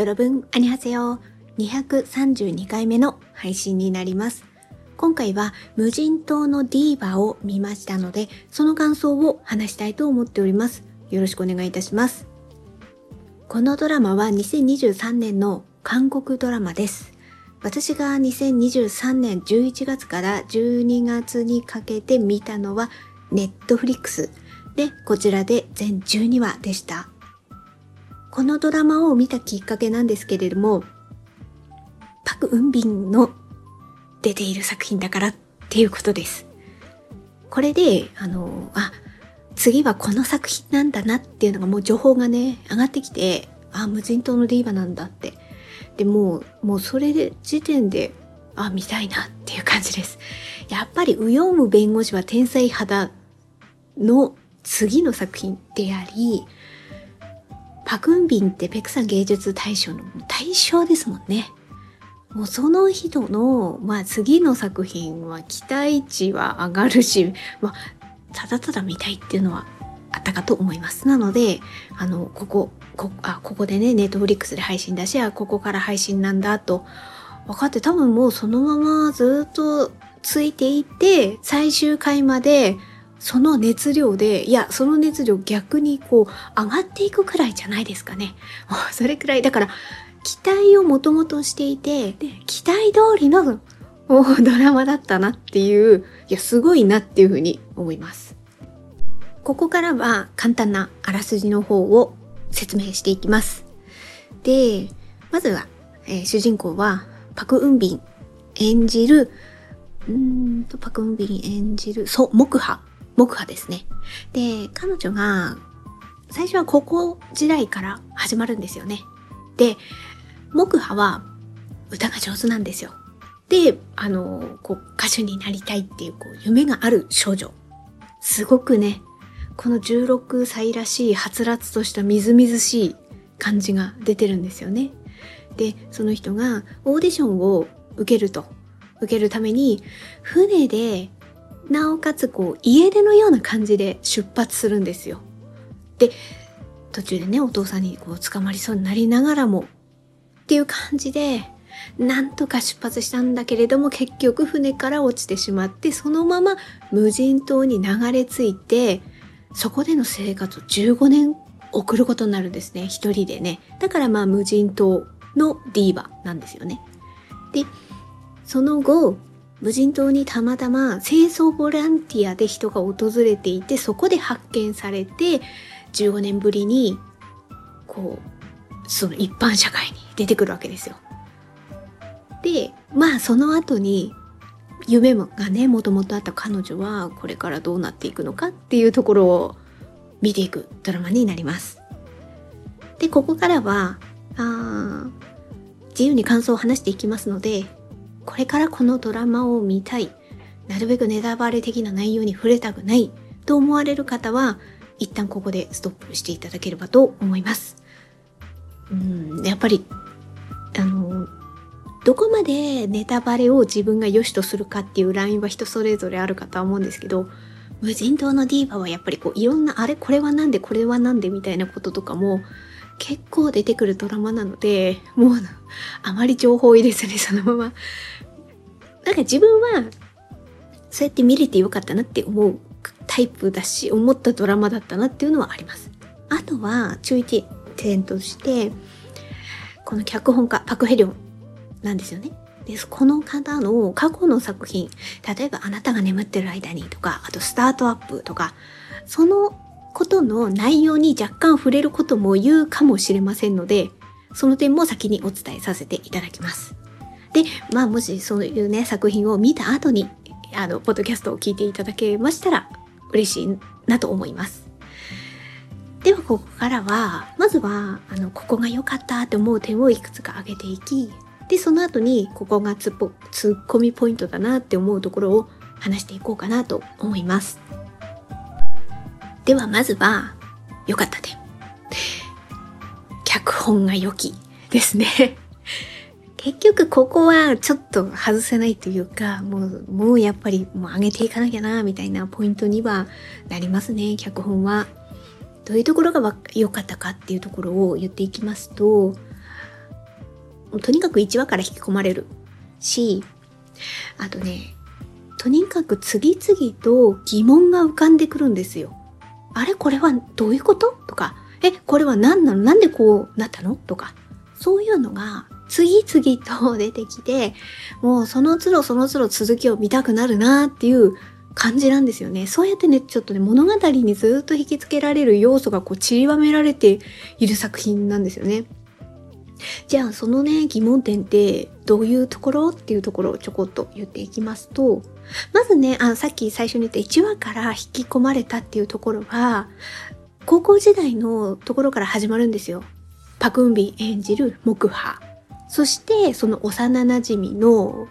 여러분、アニハセヨ。232回目の配信になります。今回は無人島のディーバを見ましたので、その感想を話したいと思っております。よろしくお願いいたします。このドラマは2023年の韓国ドラマです。私が2023年11月から12月にかけて見たのはネットフリックスで、こちらで全12話でした。このドラマを見たきっかけなんですけれども、パク・ウンビンの出ている作品だからっていうことです。これで、次はこの作品なんだなっていうのがもう情報がね、上がってきて、無人島のディーバなんだって。で、もうそれで時点で、見たいなっていう感じです。やっぱりウヨンウ弁護士は天才肌の次の作品であり、パクンビンってペクサン芸術大賞の大賞ですもんね。もうその人の、次の作品は期待値は上がるし、ただただ見たいっていうのはあったかと思います。なので、ここでね、ネットフリックスで配信だし、ここから配信なんだと分かって、多分もうそのままずっとついていって最終回までその熱量で、その熱量逆に上がっていくくらいじゃないですかね。それくらいだから期待をもともとしていて、で期待通りのドラマだったなっていう、すごいなっていうふうに思います。ここからは簡単なあらすじの方を説明していきます。で、まずは、主人公はパク・ウンビン演じる木葉ですね。で、彼女が最初は高校時代から始まるんですよね。で、木葉は歌が上手なんですよ。で、歌手になりたいっていう夢がある少女。すごくね、この16歳らしいはつらつとしたみずみずしい感じが出てるんですよね。で、その人がオーディションを受けるために船で、なおかつ家出のような感じで出発するんですよ。で、途中でね、お父さんに捕まりそうになりながらもっていう感じで、なんとか出発したんだけれども、結局船から落ちてしまって、そのまま無人島に流れ着いて、そこでの生活を15年送ることになるんですね、一人でね。だから無人島のディーバなんですよね。で、その後、無人島にたまたま清掃ボランティアで人が訪れていて、そこで発見されて、15年ぶりにその一般社会に出てくるわけですよ。で、その後に夢がね、もともとあった彼女はこれからどうなっていくのかっていうところを見ていくドラマになります。で、ここからは自由に感想を話していきますので、これからこのドラマを見たい、なるべくネタバレ的な内容に触れたくないと思われる方は、一旦ここでストップしていただければと思います。やっぱりどこまでネタバレを自分が良しとするかっていうラインは人それぞれあるかとは思うんですけど、無人島のディーバはやっぱりいろんなこれはなんでこれはなんでみたいなこととかも結構出てくるドラマなので、もうあまり情報を入れずにそのまま自分はそうやって見れてよかったなって思うタイプだし、思ったドラマだったなっていうのはあります。あとは注意点として、この脚本家パク・ヘリョンなんですよね。で、この方の過去の作品、例えばあなたが眠ってる間にとか、あとスタートアップとか、そのことの内容に若干触れることも言うかもしれませんので、その点も先にお伝えさせていただきます。で、もしそういうね、作品を見た後にポッドキャストを聞いていただけましたら嬉しいなと思います。ではここからは、まずはここが良かったって思う点をいくつか挙げていき、でその後にここがツッコミポイントだなって思うところを話していこうかなと思います。ではまずは良かった点、脚本が良きですね。結局ここはちょっと外せないというか、もうやっぱり上げていかなきゃなみたいなポイントにはなりますね。脚本はどういうところが良かったかっていうところを言っていきますと、 とにかく1話から引き込まれるし、あとね、とにかく次々と疑問が浮かんでくるんですよ。あれこれはどういうこととか、これは何なの、なんでこうなったのとか、そういうのが次々と出てきて、もうその都度続きを見たくなるなっていう感じなんですよね。そうやってね、ちょっとね、物語にずっと引きつけられる要素がこう散りばめられている作品なんですよね。じゃあそのね、疑問点ってどういうところっていうところをちょこっと言っていきますと、まずね、さっき最初に言った1話から引き込まれたっていうところは、高校時代のところから始まるんですよ。パクンビ演じる木波。そしてその幼馴染の、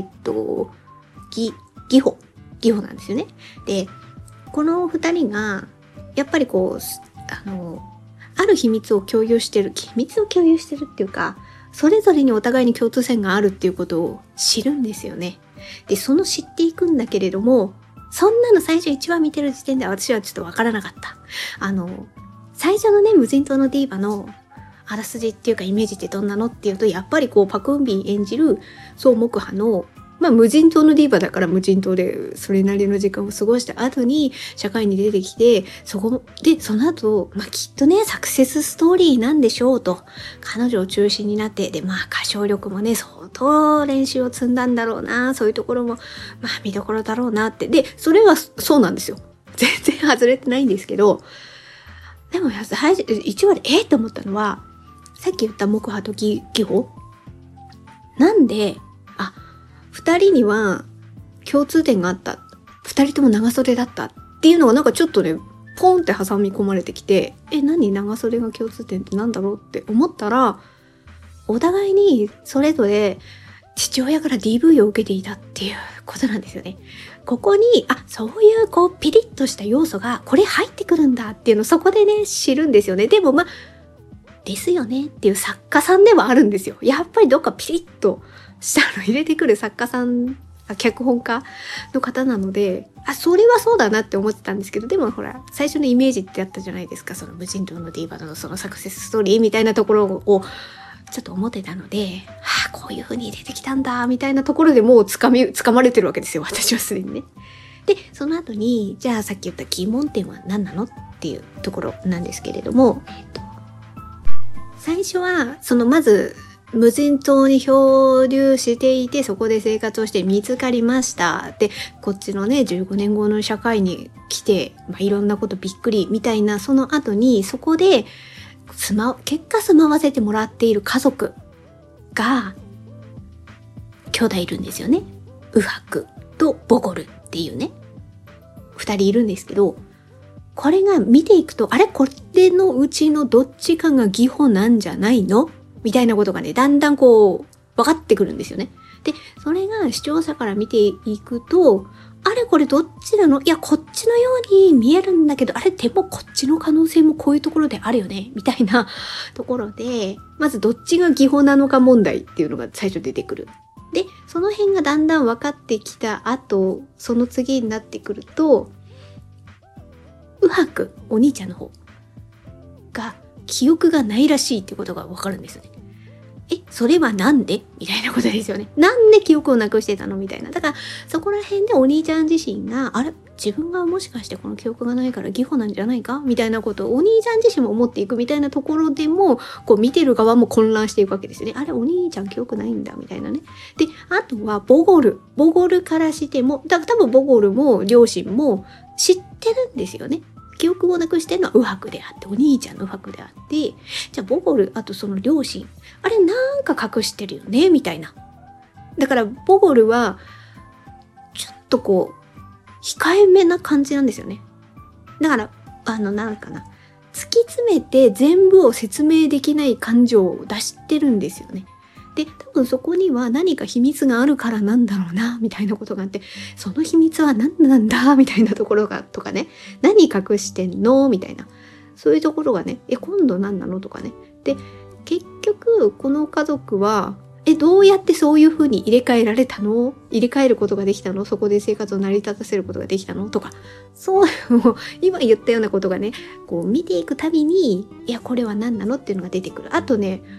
義穂なんですよね。で、この二人が、やっぱりこう、ある秘密を共有してるっていうか、それぞれにお互いに共通点があるっていうことを知るんですよね。で、その知っていくんだけれども、そんなの最初1話見てる時点で私はちょっとわからなかった。最初のね、無人島のディーバのあらすじっていうかイメージってどんなのっていうと、やっぱりこうパクンビン演じる宋木波の無人島のディーバだから無人島でそれなりの時間を過ごした後に社会に出てきて、そこでその後、きっとね、サクセスストーリーなんでしょうと。彼女を中心になって、で、歌唱力もね、相当練習を積んだんだろうな。そういうところも、見どころだろうなって。で、それはそうなんですよ。全然外れてないんですけど、でも、1話で、と思ったのは、さっき言った木波と義穂なんで、二人には共通点があった。二人とも長袖だったっていうのがなんかちょっとね、ポンって挟み込まれてきて、何長袖が共通点ってなんだろうって思ったら、お互いにそれぞれ父親から DV を受けていたっていうことなんですよね。ここに、そういうこうピリッとした要素がこれ入ってくるんだっていうのをそこでね、知るんですよね。でもですよねっていう作家さんではあるんですよ。やっぱりどっかピリッとしたの入れてくる作家さん、脚本家の方なので、それはそうだなって思ってたんですけど、でもほら、最初のイメージってあったじゃないですか。その無人島のディーバのそのサクセスストーリーみたいなところをちょっと思ってたので、こういう風に出てきたんだ、みたいなところでもう掴まれてるわけですよ。私はすでにね。で、その後に、じゃあさっき言った疑問点は何なのっていうところなんですけれども、最初は、まず、無人島に漂流していて、そこで生活をして見つかりました。で、こっちのね、15年後の社会に来て、いろんなことびっくりみたいな、その後に、そこで、結果住まわせてもらっている家族が、兄弟いるんですよね。ウハクとボゴルっていうね、二人いるんですけど、これが見ていくと、これのうちのどっちかが義穂なんじゃないのみたいなことがね、だんだんこう、分かってくるんですよね。で、それが視聴者から見ていくと、これどっちなの？いや、こっちのように見えるんだけど、でもこっちの可能性もこういうところであるよねみたいなところで、まずどっちが義穂なのか問題っていうのが最初出てくる。で、その辺がだんだん分かってきた後、その次になってくると、ウハク、お兄ちゃんの方が記憶がないらしいっていうことがわかるんですよね。それはなんでみたいなことですよね。なんで記憶をなくしてたのみたいな。だから、そこら辺でお兄ちゃん自身が、自分がもしかしてこの記憶がないから義母なんじゃないかみたいなことをお兄ちゃん自身も思っていくみたいなところでも、こう見てる側も混乱していくわけですよね。お兄ちゃん記憶ないんだみたいなね。で、あとはボゴルからしても、多分ボゴルも両親も知ってるんですよね。記憶をなくしてるのはウハクであって、お兄ちゃんのウハクであって、じゃあボゴル、あとその両親、なんか隠してるよねみたいな。だからボゴルは、ちょっとこう、控えめな感じなんですよね。だから、なんかな、突き詰めて全部を説明できない感情を出してるんですよね。で、多分そこには何か秘密があるからなんだろうな、みたいなことがあって、その秘密は何なんだ、みたいなところが、とかね、何隠してんのみたいな。そういうところがね、今度何なのとかね。で、結局、この家族は、どうやってそういう風に入れ替えられたの？入れ替えることができたの？そこで生活を成り立たせることができたの？とか、そういう、今言ったようなことがね、こう見ていくたびに、これは何なのっていうのが出てくる。あとね、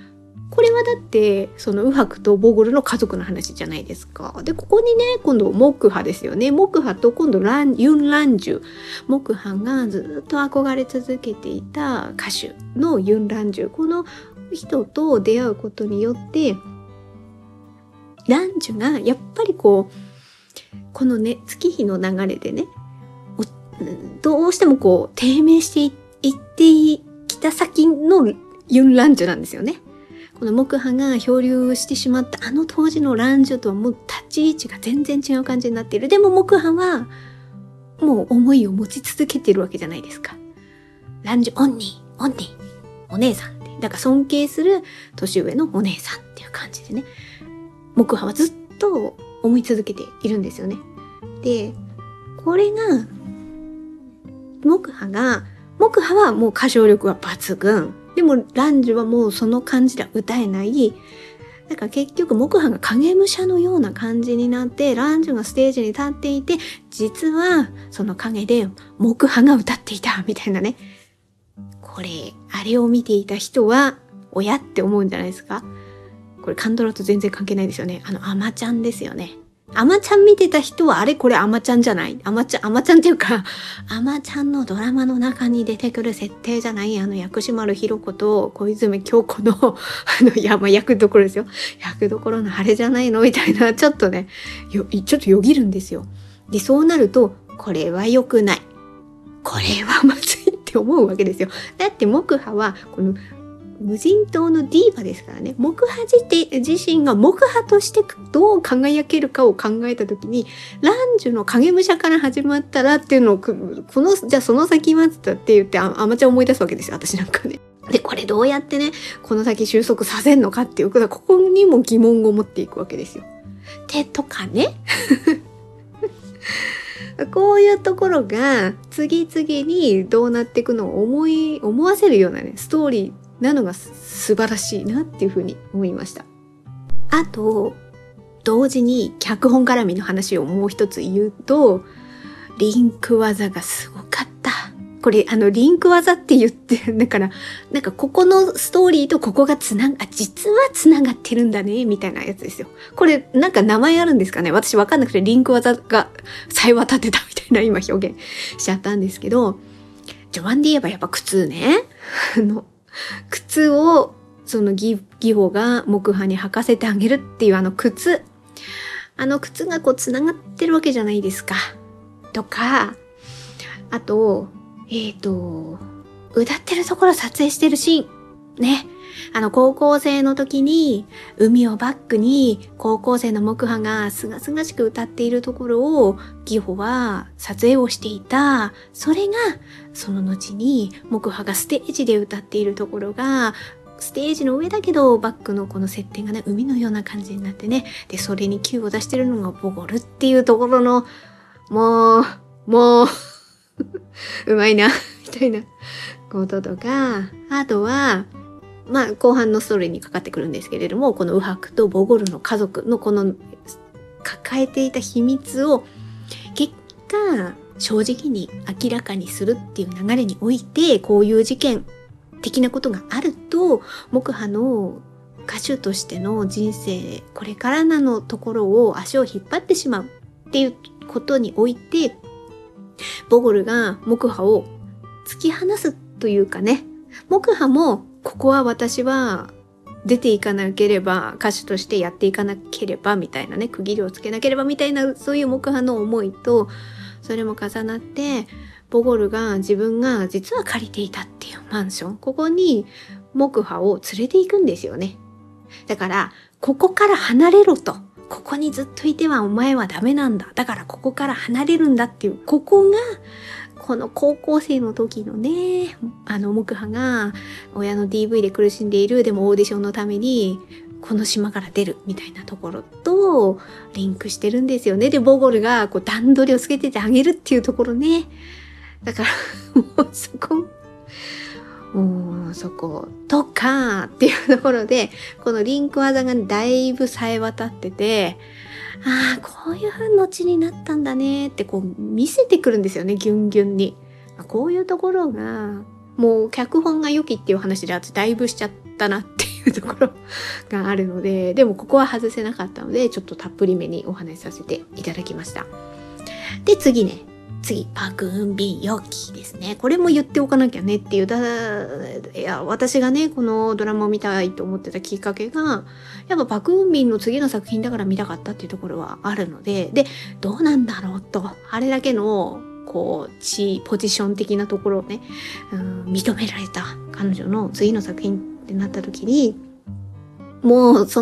これはだってそのウハクとボゴルの家族の話じゃないですか。でここにね今度木波ですよね。木波と今度ユン・ランジュ、木波がずっと憧れ続けていた歌手のユン・ランジュ、この人と出会うことによってランジュがやっぱりこのね月日の流れでねどうしても低迷していってきた先のユン・ランジュなんですよね。この木波が漂流してしまった当時のランジュとはもう立ち位置が全然違う感じになっている。でも木波はもう思いを持ち続けているわけじゃないですか。ランジュオンニーお姉さんって、だから尊敬する年上のお姉さんっていう感じでね、木波はずっと思い続けているんですよね。でこれが木波はもう歌唱力は抜群。でもランジュはもうその感じでは歌えない。だから結局木波が影武者のような感じになって、ランジュがステージに立っていて、実はその影で木波が歌っていたみたいなね。これあれを見ていた人は親って思うんじゃないですか。これカンドラと全然関係ないですよね。アマちゃんですよね。アマちゃん見てた人はこれアマちゃんじゃない、アマちゃんっていうかアマちゃんのドラマの中に出てくる設定じゃない、薬師丸ひろ子と小泉今日子の役どころですよ、役どころのあれじゃないのみたいな、ちょっとねちょっとよぎるんですよ。でそうなるとこれは良くない、これはまずいって思うわけですよ。だって木波はこの無人島のディーバですからね。木波自身が木波としてどう輝けるかを考えたときに、ランジュの影武者から始まったらっていうのをじゃあその先はって言ってアマちゃん思い出すわけですよ、私なんかね。でこれどうやってねこの先収束させんのかっていうここにも疑問を持っていくわけですよ。とかねこういうところが次々にどうなっていくのを思わせるようなねストーリーなのが素晴らしいなっていうふうに思いました。あと同時に脚本絡みの話をもう一つ言うと、リンク技がすごかった。これリンク技って言ってだからなんかここのストーリーとここが実はつながってるんだねみたいなやつですよ。これなんか名前あるんですかね、私わかんなくてリンク技がさえ渡ってたみたいな今表現しちゃったんですけど、序盤で言えばやっぱ靴ね靴をその義母が木波に履かせてあげるっていう靴がつながってるわけじゃないですか。とかあと歌ってるところ撮影してるシーンね、高校生の時に海をバックに高校生の木波がすがすがしく歌っているところを義母は撮影をしていた。それがその後に木波がステージで歌っているところがステージの上だけどバックのこの設定がね海のような感じになってね、でそれに Q を出してるのがボゴルっていうところのもううまいなみたいなこととか、あとは後半のストーリーにかかってくるんですけれども、このウハクとボゴルの家族のこの抱えていた秘密を結果正直に明らかにするっていう流れにおいて、こういう事件的なことがあると木波の歌手としての人生これからのところを足を引っ張ってしまうっていうことにおいて、ボゴルが木波を突き放すというかね、木波もここは私は出ていかなければ、歌手としてやっていかなければみたいなね、区切りをつけなければみたいな、そういう木波の思いとそれも重なって、ボゴルが自分が実は借りていたっていうマンション、ここに木波を連れて行くんですよね。だからここから離れろと、ここにずっといてはお前はダメなんだ、だからここから離れるんだっていう、ここがこの高校生の時のね、木波が親の DV で苦しんでいる、でもオーディションのためにこの島から出るみたいなところとリンクしてるんですよね。でボゴルが段取りをつけててあげるっていうところね。だからもうそことかっていうところで、このリンク技がだいぶ冴え渡ってて、こういう風のちになったんだねって見せてくるんですよね、ギュンギュンに。こういうところがもう脚本が良きっていう話でだいぶしちゃったなっていうところがあるので、でもここは外せなかったので、ちょっとたっぷりめにお話しさせていただきました。で、次、パク・ウンビン良きですね。これも言っておかなきゃねっていう、いや、私がね、このドラマを見たいと思ってたきっかけが、やっぱパク・ウンビンの次の作品だから見たかったっていうところはあるので、で、どうなんだろうと、あれだけの、ポジション的なところをね、認められた彼女の次の作品ってなった時に、もう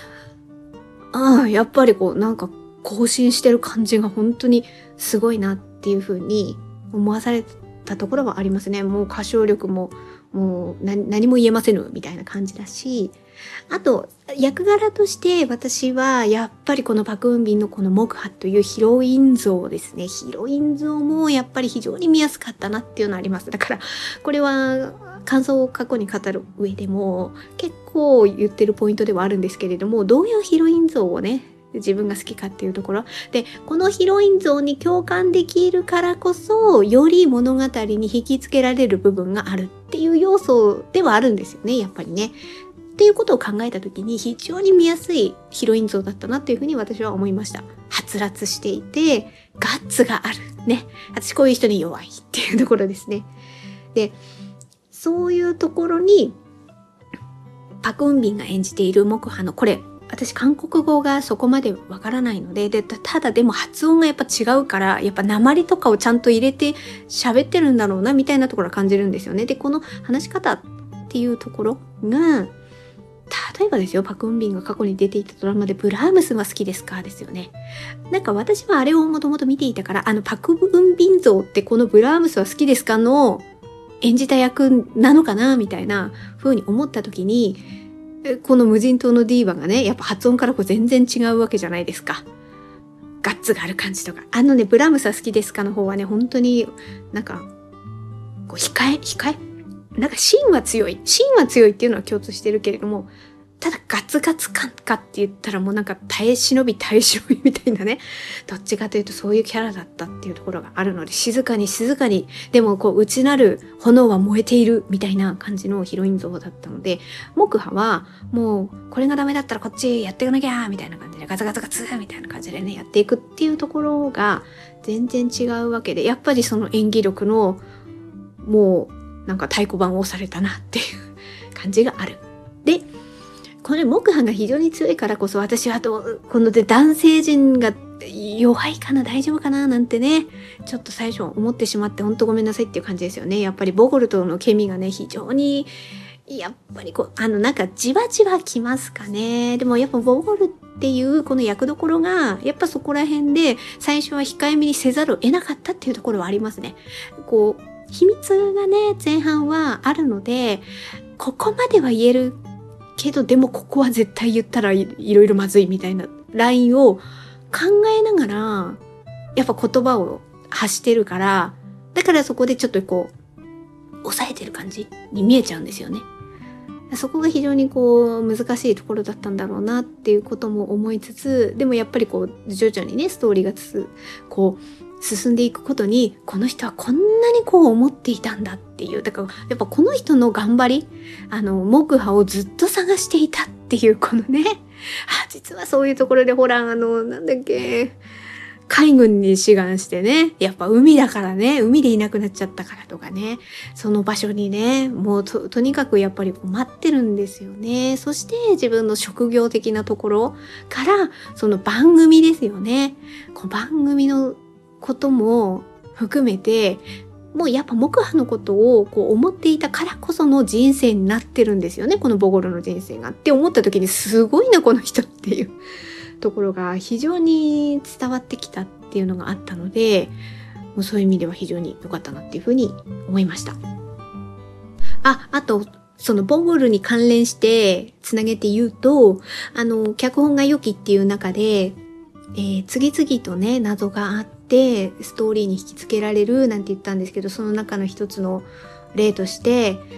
やっぱりなんか更新してる感じが本当にすごいなっていう風に思わされたところはありますね。もう歌唱力ももう何も言えませぬみたいな感じだし、あと役柄として私はやっぱりこのパク・ウンビンのこのモクハというヒロイン像ですね。ヒロイン像もやっぱり非常に見やすかったなっていうのあります。だからこれは感想を過去に語る上でも結構言ってるポイントではあるんですけれども、どういうヒロイン像をね自分が好きかっていうところで、このヒロイン像に共感できるからこそより物語に引きつけられる部分があるっていう要素ではあるんですよね、やっぱりね。っていうことを考えた時に非常に見やすいヒロイン像だったなというふうに私は思いました。はつらつしていてガッツがあるね。私こういう人に弱いっていうところですね。で、そういうところにパク・ウンビンが演じているモクハのこれ、私韓国語がそこまでわからないので、ただでも発音がやっぱ違うから、やっぱ訛りとかをちゃんと入れて喋ってるんだろうなみたいなところは感じるんですよね。で、この話し方っていうところが、例えばですよ、パク・ウンビンが過去に出ていたドラマでブラームスは好きですかですよね。なんか私はあれをもともと見ていたから、パク・ウンビン像ってこのブラームスは好きですかの演じた役なのかなみたいな風に思った時に、この無人島のディーバがね、やっぱ発音から全然違うわけじゃないですか。ガッツがある感じとか。ブラームスは好きですかの方はね、本当になんか、控えなんか芯は強いっていうのは共通してるけれども、ただガツガツ感かって言ったらもうなんか耐え忍びみたいなね、どっちかというとそういうキャラだったっていうところがあるので、静かにでも内なる炎は燃えているみたいな感じのヒロイン像だったので、モクハはもうこれがダメだったらこっちやっていかなきゃみたいな感じでガツガツみたいな感じでねやっていくっていうところが全然違うわけで、やっぱりその演技力のもうなんか太鼓判を押されたなっていう感じがある。で、これ木ハが非常に強いからこそ、私はこので男性陣が弱いかな、大丈夫かななんてね、ちょっと最初思ってしまって、ほんとごめんなさいっていう感じですよね。やっぱりボゴルとのケミがね、非常にやっぱりなんかじわじわきますかね。でもやっぱボゴルっていうこの役どころがやっぱそこら辺で最初は控えめにせざるを得なかったっていうところはありますね。秘密がね前半はあるので、ここまでは言えるけど、でもここは絶対言ったらいろいろまずいみたいなラインを考えながらやっぱ言葉を発してるから、だからそこでちょっと抑えてる感じに見えちゃうんですよね。そこが非常に難しいところだったんだろうなっていうことも思いつつ、でもやっぱり徐々にねストーリーが進んでいくことに、この人はこんなに思っていたんだっていう、だからやっぱこの人の頑張り、木ハをずっと探していたっていうこのね、実はそういうところでほらなんだっけ、海軍に志願してね、やっぱ海だからね、海でいなくなっちゃったからとかね、その場所にね、もう とにかくやっぱり待ってるんですよね。そして自分の職業的なところから、その番組ですよね。番組のことも含めて、もうやっぱ木ハのことを思っていたからこその人生になってるんですよね、このボゴロの人生がって思った時に、すごいなこの人っていうところが非常に伝わってきたっていうのがあったので、もうそういう意味では非常に良かったなっていうふうに思いました。あとそのボゴルに関連してつなげて言うと、脚本が良きっていう中で、次々とね謎があってストーリーに引きつけられるなんて言ったんですけど、その中の一つの例として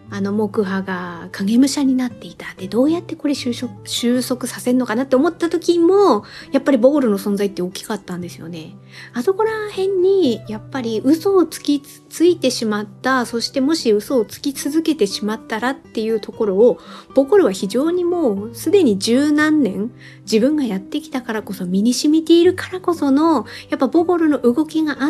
木葉が影武者になっていた。で、どうやってこれ収束させるのかなって思った時も、やっぱりボゴルの存在って大きかったんですよね。あそこら辺に、やっぱり嘘をついてしまった、そしてもし嘘をつき続けてしまったらっていうところを、ボゴルは非常にもうすでに十何年、自分がやってきたからこそ、身に染みているからこその、やっぱボゴルの動きがあって、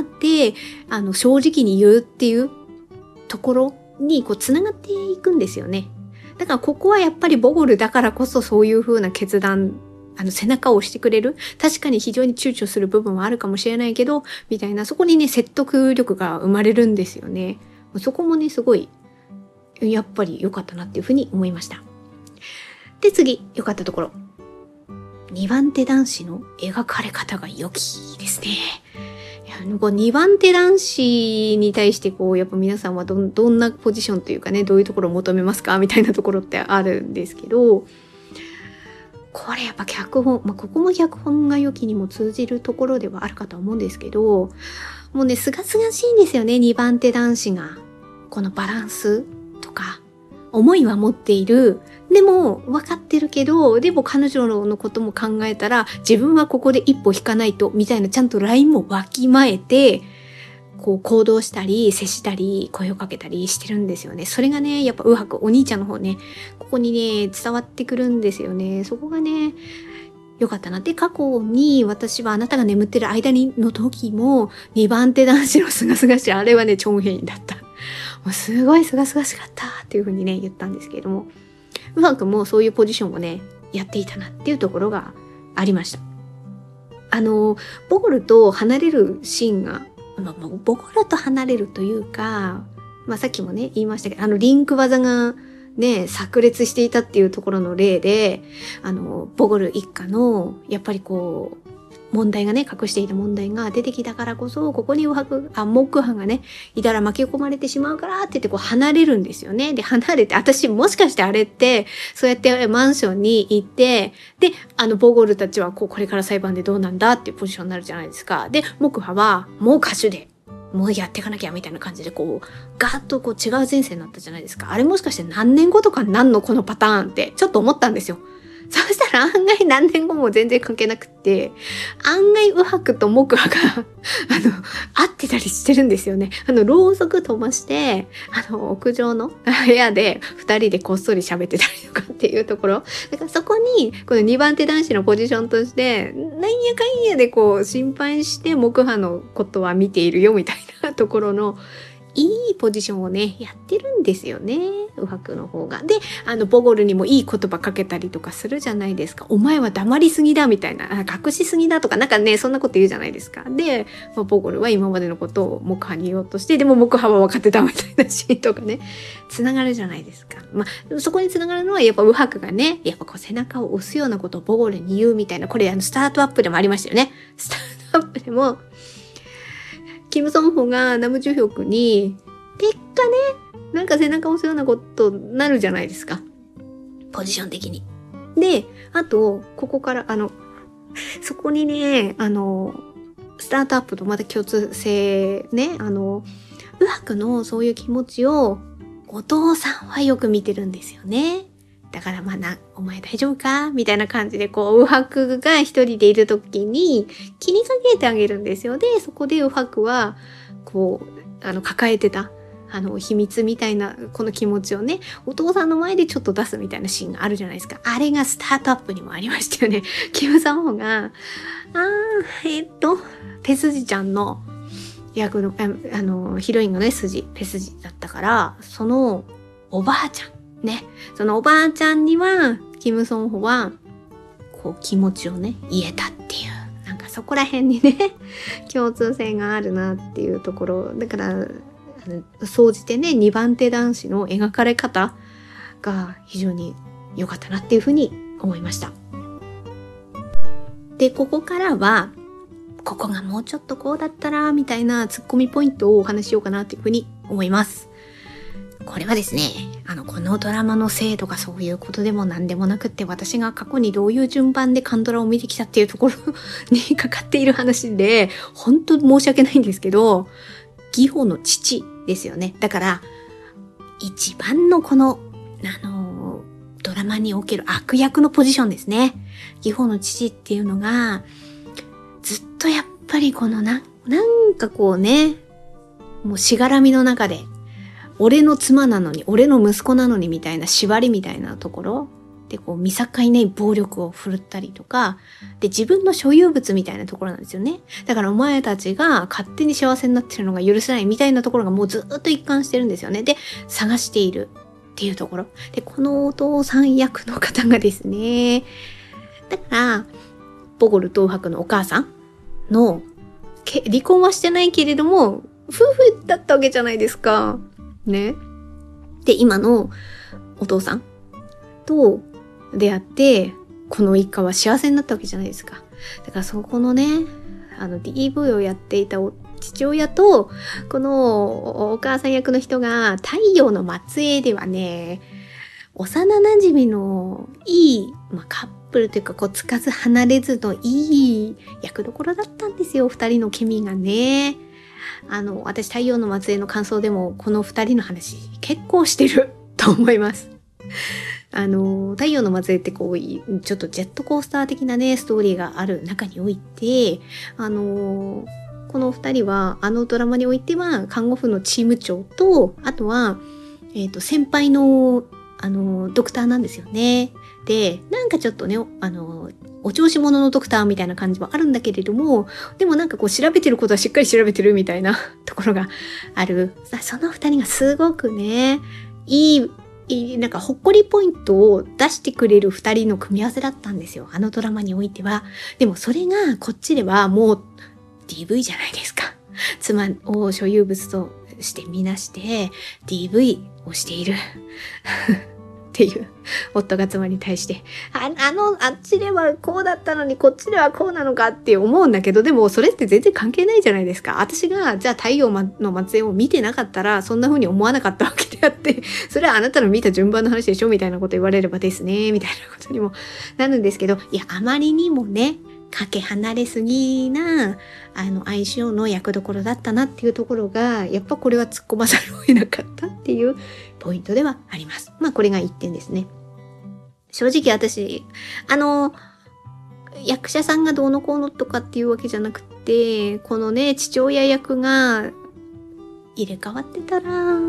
正直に言うっていうところに繋がっていくんですよね。だからここはやっぱりボゴルだからこそそういう風な決断、背中を押してくれる。確かに非常に躊躇する部分はあるかもしれないけど、みたいな、そこにね、説得力が生まれるんですよね。そこもね、すごい、やっぱり良かったなっていう風に思いました。で、次、良かったところ。2番手男子の描かれ方が良きですね。2番手男子に対してやっぱ皆さんはどんなポジションというかね、どういうところを求めますかみたいなところってあるんですけど、これやっぱ脚本、ここも脚本が良きにも通じるところではあるかと思うんですけど、もうね、すがすがしいんですよね、2番手男子が。このバランスとか、思いは持っている。でも、分かってるけど、でも彼女のことも考えたら、自分はここで一歩引かないと、みたいなちゃんとラインもわきまえて、行動したり、接したり、声をかけたりしてるんですよね。それがね、やっぱお兄ちゃんの方ね、ここにね、伝わってくるんですよね。そこがね、良かったな。で、過去に私はあなたが眠ってる間の時も、2番手男子のすがすがしい、あれはね、チョンヘインだった。もうすごいすがすがしかったっていう風にね、言ったんですけれども、ウハ君もそういうポジションをね、やっていたなっていうところがありました。ボゴルと離れるシーンが、ボゴルと離れるというか、さっきもね、言いましたけど、リンク技がね、炸裂していたっていうところの例で、ボゴル一家の、やっぱり問題がね、隠していた問題が出てきたからこそ、ここに木葉がね、いたら巻き込まれてしまうからって言って離れるんですよね。で、離れて、私もしかしてあれって、そうやってマンションに行って、で、ボゴルたちはこれから裁判でどうなんだっていうポジションになるじゃないですか。で、木葉はもう歌手で、もうやっていかなきゃみたいな感じでガーッと違う人生になったじゃないですか。あれもしかして何年後とかになんのこのパターンってちょっと思ったんですよ。そしたら案外何年後も全然関係なくって、案外ウハクとモクハが、会ってたりしてるんですよね。ろうそく飛ばして、屋上の部屋で二人でこっそり喋ってたりとかっていうところ。だからそこに、この2番手男子のポジションとして、なんやかんやで心配してモクハのことは見ているよみたいなところの、いいポジションをね、やってるんですよね。ウハクの方が。で、ボゴルにもいい言葉かけたりとかするじゃないですか。お前は黙りすぎだみたいな、隠しすぎだとか、なんかね、そんなこと言うじゃないですか。で、ボゴルは今までのことを木葉に言おうとして、でも木葉は分かってたみたいなシーンとかね、つながるじゃないですか。そこにつながるのはやっぱウハクがね、やっぱ背中を押すようなことをボゴルに言うみたいな、これスタートアップでもありましたよね。スタートアップでも、キム・ソンホがナム・ジュヒョクに、結果ね、なんか背中を押すようなことになるじゃないですか。ポジション的に。で、あと、ここから、そこにね、スタートアップとまた共通性ね、ウハクのそういう気持ちを、お父さんはよく見てるんですよね。だからお前大丈夫かみたいな感じでウハクが一人でいるときに気にかけてあげるんですよ。で、そこでウハクは、抱えてた、秘密みたいなこの気持ちをね、お父さんの前でちょっと出すみたいなシーンがあるじゃないですか。あれがスタートアップにもありましたよね。キム・サンホが、ペスジちゃんの役の、ヒロインのね、ペスジだったから、そのおばあちゃん、ね。そのおばあちゃんには、キム・ソンホは、気持ちをね、言えたっていう。なんかそこら辺にね、共通性があるなっていうところ。だから、総じてね、2番手男子の描かれ方が非常に良かったなっていうふうに思いました。で、ここからは、ここがもうちょっとこうだったら、みたいなツッコミポイントをお話ししようかなっていうふうに思います。これはですね、このドラマのせいとかそういうことでも何でもなくって、私が過去にどういう順番でカンドラを見てきたっていうところにかかっている話で、本当申し訳ないんですけど、義母の父ですよね。だから、 一番のこの、ドラマにおける悪役のポジションですね。義父の父っていうのが、ずっとやっぱりこのなんかこうね、もうしがらみの中で、俺の妻なのに、俺の息子なのにみたいな縛りみたいなところでこう見境ない暴力を振るったりとか、で自分の所有物みたいなところなんですよね。だからお前たちが勝手に幸せになってるのが許せないみたいなところがもうずっと一貫してるんですよね。で、探しているっていうところ。で、このお父さん役の方がですね、だから、ボゴル東博のお母さんの離婚はしてないけれども、夫婦だったわけじゃないですか。ね。で、今のお父さんと出会って、この一家は幸せになったわけじゃないですか。だからそこのね、DV をやっていた父親と、このお母さん役の人が太陽の末裔ではね、幼馴染のいい、カップルというか、こう、つかず離れずのいい役どころだったんですよ、二人のケミがね。私、太陽の末裔の感想でも、この二人の話、結構してると思います。太陽の末裔ってこう、ちょっとジェットコースター的なね、ストーリーがある中において、この二人は、ドラマにおいては、看護婦のチーム長と、あとは、先輩の、ドクターなんですよね。で、なんかちょっとね、お調子者のドクターみたいな感じはあるんだけれども、でもなんかこう調べてることはしっかり調べてるみたいなところがある。その二人がすごくね、なんかほっこりポイントを出してくれる二人の組み合わせだったんですよ。あのドラマにおいては。でもそれがこっちではもう DV じゃないですか。妻を所有物としてみなして DV をしている。っていう夫が妻に対してあっちではこうだったのにこっちではこうなのかって思うんだけど、でもそれって全然関係ないじゃないですか。私がじゃあ太陽の末裔を見てなかったらそんな風に思わなかったわけであって、それはあなたの見た順番の話でしょみたいなこと言われればですねみたいなことにもなるんですけど、いやあまりにもねかけ離れすぎな相性の役どころだったなっていうところが、やっぱこれは突っ込まざるを得なかったっていうポイントではあります。これが1点ですね。正直私役者さんがどうのこうのとかっていうわけじゃなくて、このね父親役が入れ替わってたら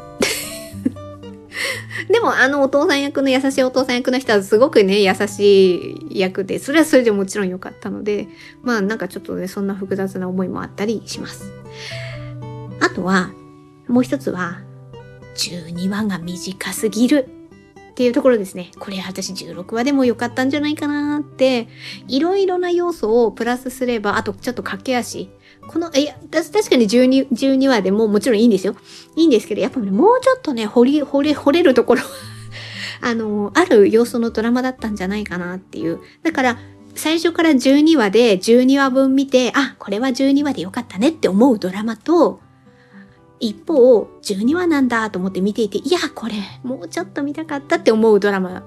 でもお父さん役の優しいお父さん役の人はすごくね優しい役で、それはそれでもちろん良かったので、なんかちょっとねそんな複雑な思いもあったりします。あとはもう一つは12話が短すぎるっていうところですね。これ私16話でも良かったんじゃないかなって、いろいろな要素をプラスすれば、あとちょっと駆け足。確かに12話でももちろんいいんですよ。いいんですけど、やっぱね、もうちょっとね、掘れるところある要素のドラマだったんじゃないかなっていう。だから、最初から12話で12話分見て、これは12話で良かったねって思うドラマと、一方、12話なんだと思って見ていて、いや、これ、もうちょっと見たかったって思うドラマって、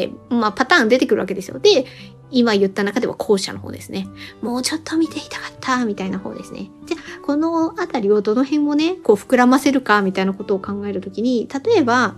パターン出てくるわけですよ。で、今言った中では後者の方ですね。もうちょっと見ていたかった、みたいな方ですね。じゃあ、このあたりをどの辺をね、こう膨らませるか、みたいなことを考えるときに、例えば、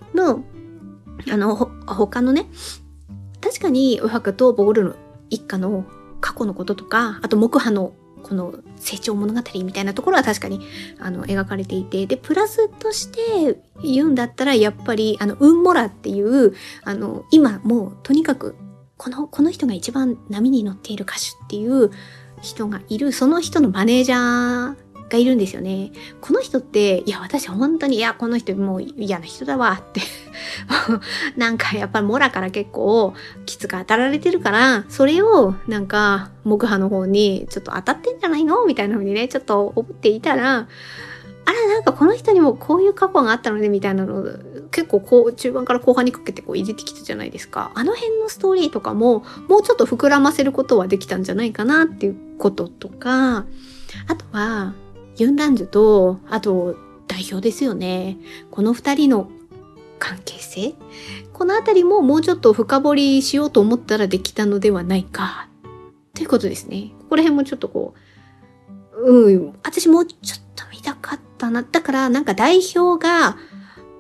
他のね、確かに、ウハクとボゴルの一家の過去のこととか、あと木葉のこの成長物語みたいなところは確かに描かれていて、でプラスとして言うんだったらやっぱりウンモラっていう今もうとにかくこの人が一番波に乗っている歌手っていう人がいる、その人のマネージャーがいるんですよね。この人って私本当にこの人もう嫌な人だわってなんかやっぱりモラから結構きつく当たられてるから、それをなんか木葉の方にちょっと当たってんじゃないのみたいな風にねちょっと思っていたら、なんかこの人にもこういう過去があったのねみたいなの結構中盤から後半にかけて入れてきたじゃないですか。あの辺のストーリーとかももうちょっと膨らませることはできたんじゃないかなっていうこととか、あとはユン・ランジュとあと代表ですよね。この二人の関係性、このあたりももうちょっと深掘りしようと思ったらできたのではないかということですね。ここら辺もちょっと私もうちょっと見たかったな。だからなんか代表が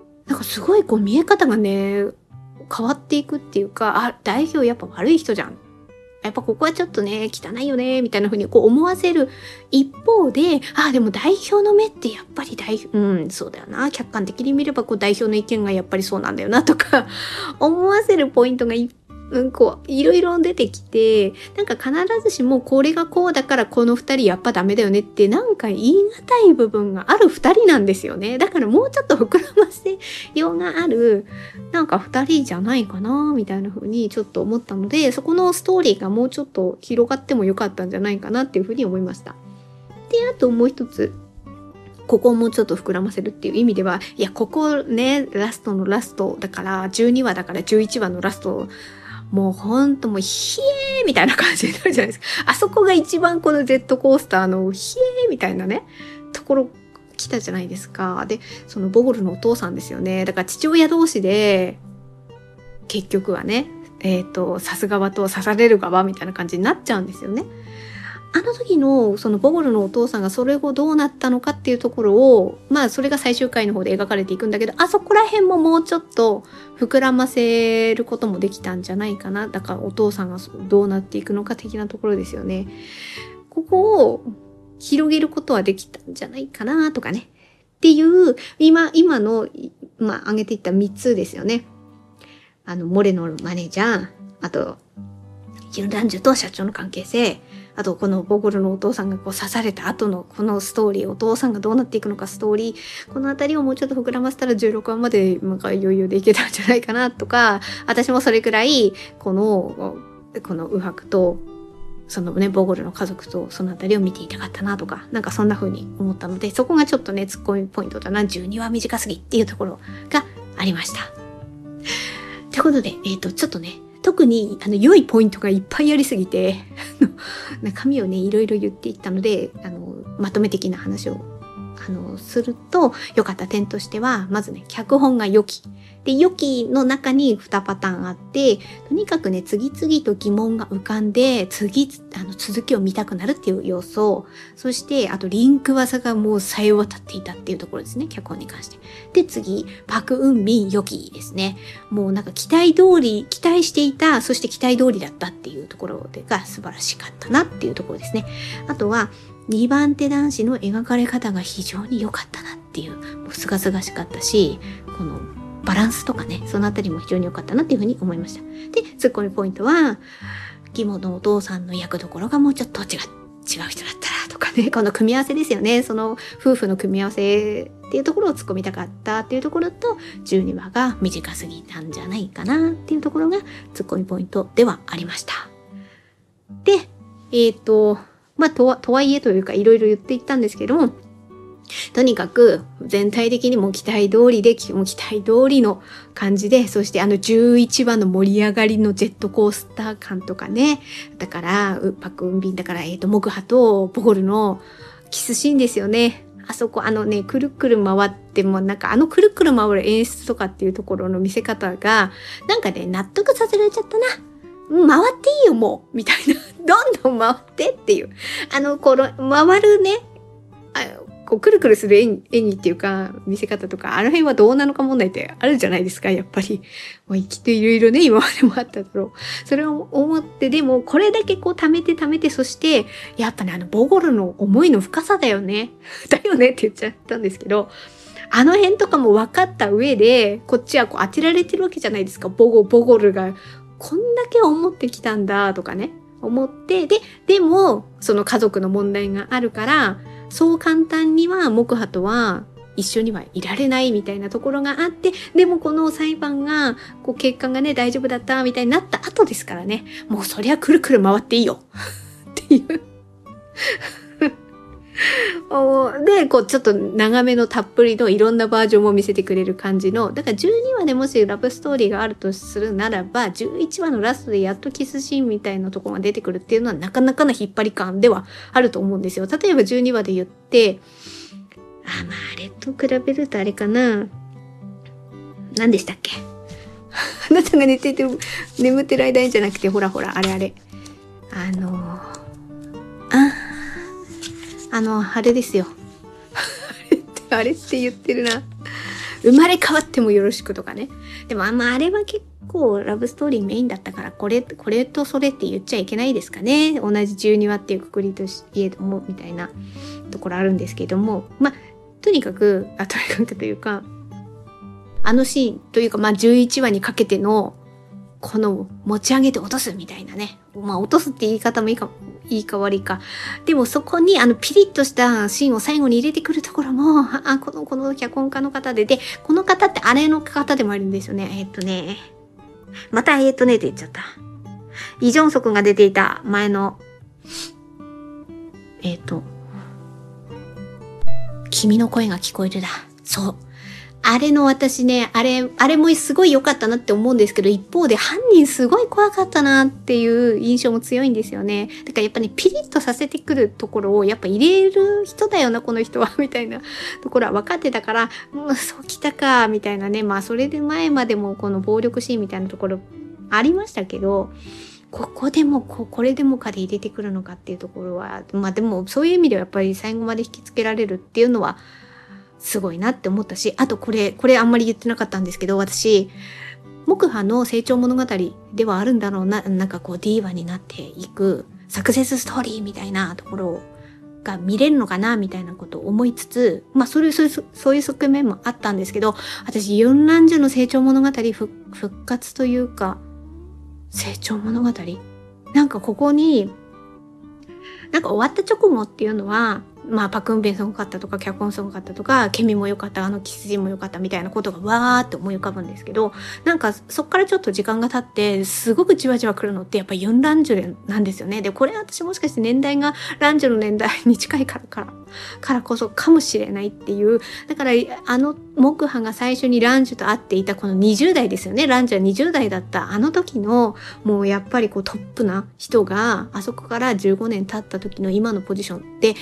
すごいこう見え方がね、変わっていくっていうか、あ、代表やっぱ悪い人じゃん。やっぱここはちょっとね、汚いよね、みたいな風にこう思わせる一方で、あ、でも代表の目ってやっぱりそうだよな。客観的に見ればこう代表の意見がやっぱりそうなんだよなとか、思わせるポイントがこう、いろいろ出てきて、なんか必ずしもこれがこうだからこの二人やっぱダメだよねってなんか言い難い部分がある二人なんですよね。だからもうちょっと膨らませようがある、なんか二人じゃないかなみたいな風にちょっと思ったので、そこのストーリーがもうちょっと広がってもよかったんじゃないかなっていう風に思いました。で、あともう一つ。ここをもうちょっと膨らませるっていう意味では、いや、ここね、ラストのラストだから、12話だから11話のラスト、もうほんともうヒエーみたいな感じになるじゃないですか。あそこが一番このジェットコースターのヒエーみたいなね、ところ来たじゃないですか。で、そのボゴルのお父さんですよね。だから父親同士で、結局はね、刺す側と刺される側みたいな感じになっちゃうんですよね。あの時のそのボゴルのお父さんがそれ後どうなったのかっていうところを、まあそれが最終回の方で描かれていくんだけど、あそこら辺ももうちょっと膨らませることもできたんじゃないかな。だからお父さんがどうなっていくのか的なところですよね。ここを広げることはできたんじゃないかなとかね。っていう、今の、まあ挙げていった3つですよね。モレのマネージャー、あと、ユン・ランジュと社長の関係性、あとこのボゴルのお父さんがこう刺された後のこのストーリー、お父さんがどうなっていくのかストーリー、このあたりをもうちょっと膨らませたら16話までなんか余裕でいけたんじゃないかなとか、私もそれくらいこのウハクとそのねボゴルの家族とそのあたりを見ていたかったなとか、なんかそんな風に思ったので、そこがちょっとねツッコミポイントだな、12話短すぎっていうところがありました。ということでちょっとね、特に良いポイントがいっぱいありすぎて中身をねいろいろ言っていったのでまとめ的な話をすると良かった点としては、まずね脚本が良きで、良きの中に2パターンあって、とにかくね次々と疑問が浮かんで続きを見たくなるっていう要素、そしてあとリンク技がもう冴え渡っていたっていうところですね、脚本に関して。で次パク・ウンビン良きですね。もうなんか期待していた、そして期待通りだったっていうところが素晴らしかったなっていうところですね。あとは2番手男子の描かれ方が非常に良かったなっていう、もうすがすがしかったし、このバランスとかね、そのあたりも非常に良かったなっていうふうに思いました。で、ツッコミポイントは、義母のお父さんの役どころがもうちょっと違う人だったらとかね、この組み合わせですよね。その夫婦の組み合わせっていうところを突っ込みたかったっていうところと、12話が短すぎたんじゃないかなっていうところがツッコミポイントではありました。で、まあ、とはいえというかいろいろ言っていったんですけども、とにかく全体的にも期待通りの感じで、そして11話の盛り上がりのジェットコースター感とかね、だからパク・ウンビンだからモクハとボゴルのキスシーンですよね。あそこくるくる回ってもなんかくるくる回る演出とかっていうところの見せ方がなんかね納得させられちゃったな。回っていいよもうみたいな、どんどん回ってっていうこの回るね、こうくるくるする演技っていうか見せ方とか、あの辺はどうなのか問題ってあるじゃないですか、やっぱり。もうきっといろいろね今までもあっただろう。それを思って、でもこれだけこう溜めて、そしてやっぱねボゴルの思いの深さだよねって言っちゃったんですけど、あの辺とかも分かった上でこっちはこう当てられてるわけじゃないですか。ボゴルがこんだけ思ってきたんだとかね思って、でもその家族の問題があるからそう簡単にはモクハとは一緒にはいられないみたいなところがあって、でもこの裁判がこう結果がね大丈夫だったみたいになった後ですからね、もうそりゃくるくる回っていいよっていうでこうちょっと長めのたっぷりのいろんなバージョンも見せてくれる感じの、だから12話でもしラブストーリーがあるとするならば11話のラストでやっとキスシーンみたいなところが出てくるっていうのはなかなかな引っ張り感ではあると思うんですよ。例えば12話で言ってまああれと比べるとあれかな、何でしたっけあなたが眠ってる間にじゃなくて、ほらあれあれですよあれって言ってるな。 生まれ変わってもよろしくとかね。でもあれは結構ラブストーリーメインだったから、これとそれって言っちゃいけないですかね。同じ12話っていうくくりといえども、みたいなところあるんですけども。とにかくというか、あのシーンというか、11話にかけての、この持ち上げて落とすみたいなね。落とすって言い方もいいか悪いか。でもそこにピリッとしたシーンを最後に入れてくるところも、この脚本家の方で、この方ってあれの方でもあるんですよね。またって言っちゃった。イ・ジョンソクが出ていた前の、君の声が聞こえるだ。そう。あれの私ね、あれもすごい良かったなって思うんですけど、一方で犯人すごい怖かったなっていう印象も強いんですよね。だからやっぱね、ピリッとさせてくるところをやっぱ入れる人だよな、この人は、みたいなところは分かってたから、そうきたか、みたいなね。それで前までもこの暴力シーンみたいなところありましたけど、ここでもこれでもかで入れてくるのかっていうところは、でもそういう意味ではやっぱり最後まで引きつけられるっていうのは、すごいなって思ったし、あとこれあんまり言ってなかったんですけど、私、木葉の成長物語ではあるんだろうな、なんかこうディーバになっていくサクセスストーリーみたいなところが見れるのかなみたいなことを思いつつ、そういう側面もあったんですけど、私、ユンランジュの成長物語復活というか、成長物語なんかここに、なんか終わった直後っていうのは、パクンベンすごかったとか、脚本すごかったとか、ケミも良かった、キスジンも良かったみたいなことがわーって思い浮かぶんですけど、なんかそっからちょっと時間が経って、すごくじわじわ来るのってやっぱユン・ランジュなんですよね。で、これ私もしかして年代がランジュの年代に近いからこそかもしれないっていう。だから木葉が最初にランジュと会っていたこの20代ですよね。ランジュは20代だった時のもうやっぱりトップな人があそこから15年経った時の今のポジションって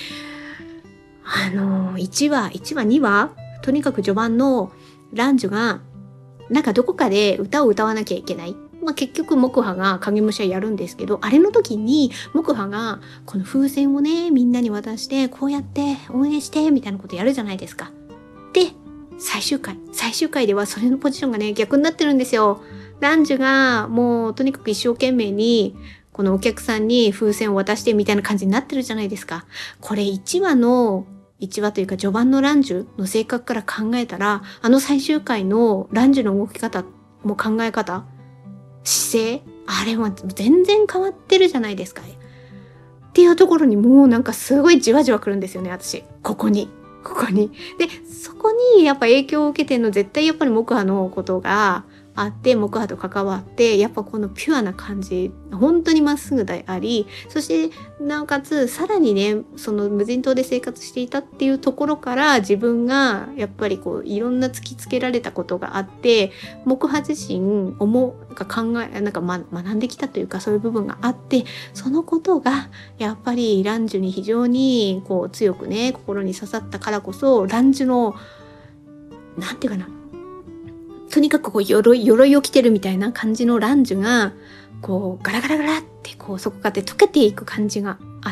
1話、2話とにかく序盤のランジュがなんかどこかで歌を歌わなきゃいけない。結局木葉が影武者やるんですけど、あれの時に木葉がこの風船をね、みんなに渡してこうやって応援してみたいなことやるじゃないですか。で、最終回ではそれのポジションがね、逆になってるんですよ。ランジュがもうとにかく一生懸命にこのお客さんに風船を渡してみたいな感じになってるじゃないですか。これ1話というか序盤のランジュの性格から考えたら、最終回のランジュの動き方も考え方、姿勢、あれは全然変わってるじゃないですか。っていうところにもうなんかすごいじわじわ来るんですよね、私。ここに。で、そこにやっぱ影響を受けてるの絶対やっぱり木葉のことがあって、木葉と関わって、やっぱこのピュアな感じ、本当にまっすぐであり、そしてなおかつさらにね、その無人島で生活していたっていうところから自分がやっぱりいろんな突きつけられたことがあって、木葉自身学んできたというか、そういう部分があって、そのことがやっぱりランジュに非常に強くね、心に刺さったからこそ、ランジュのなんていうかな、とにかく鎧を着てるみたいな感じのランジュがガラガラガラってそこから溶けていく感じがあって、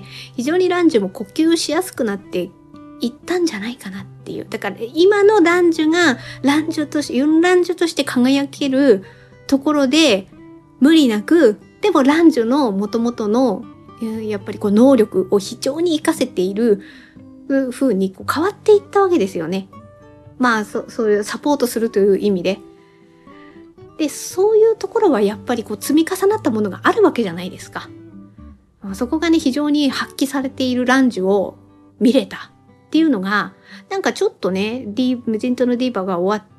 非常にランジュも呼吸しやすくなっていったんじゃないかなっていう。だから今のランジュがユンランジュとして輝けるところで無理なく、でもランジュの元々のやっぱり能力を非常に活かせている風に変わっていったわけですよね。そういうサポートするという意味で。で、そういうところはやっぱり積み重なったものがあるわけじゃないですか。そこがね、非常に発揮されているランジュを見れたっていうのが、なんかちょっとね、無人島のディーバが終わって、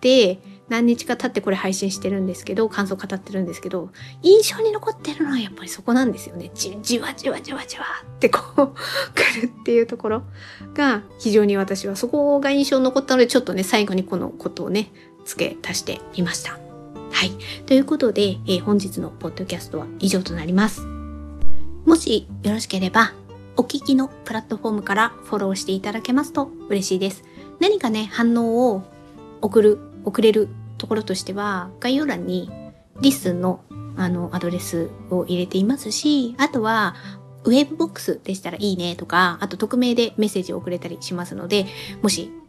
何日か経ってこれ配信してるんですけど、感想語ってるんですけど、印象に残ってるのはやっぱりそこなんですよね。じわじわって来るっていうところが非常に私はそこが印象に残ったので、ちょっとね、最後にこのことをね、付け足してみました。はい。ということで、本日のポッドキャストは以上となります。もしよろしければ、お聞きのプラットフォームからフォローしていただけますと嬉しいです。何かね、反応を送れるところとしては、概要欄にリッスンのアドレスを入れていますし、あとはウェブボックスでしたらいいねとか、あと匿名でメッセージを送れたりしますので、もし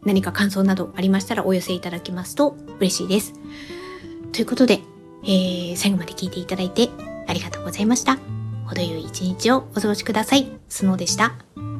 何か感想などありましたらお寄せいただけますと嬉しいです。ということで、最後まで聞いていただいてありがとうございました。程よい一日をお過ごしください。スノーでした。